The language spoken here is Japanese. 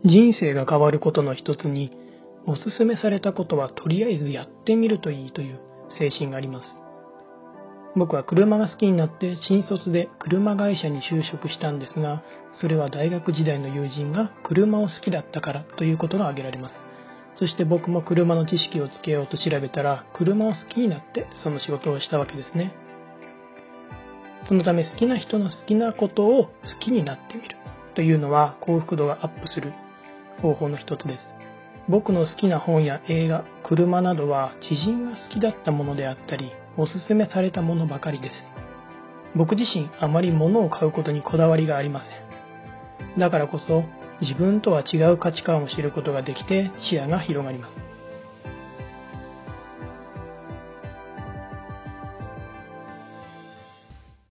人生が変わることの一つに、おすすめされたことはとりあえずやってみるといいという精神があります。僕は車が好きになって新卒で車会社に就職したんですが、それは大学時代の友人が車を好きだったからということが挙げられます。そして僕も車の知識をつけようと調べたら、車を好きになってその仕事をしたわけですね。そのため好きな人の好きなことを好きになってみるというのは幸福度がアップする方法の一つです。僕の好きな本や映画、車などは知人が好きだったものであったり、おすすめされたものばかりです。僕自身あまり物を買うことにこだわりがありません。だからこそ自分とは違う価値観を知ることができて視野が広がります。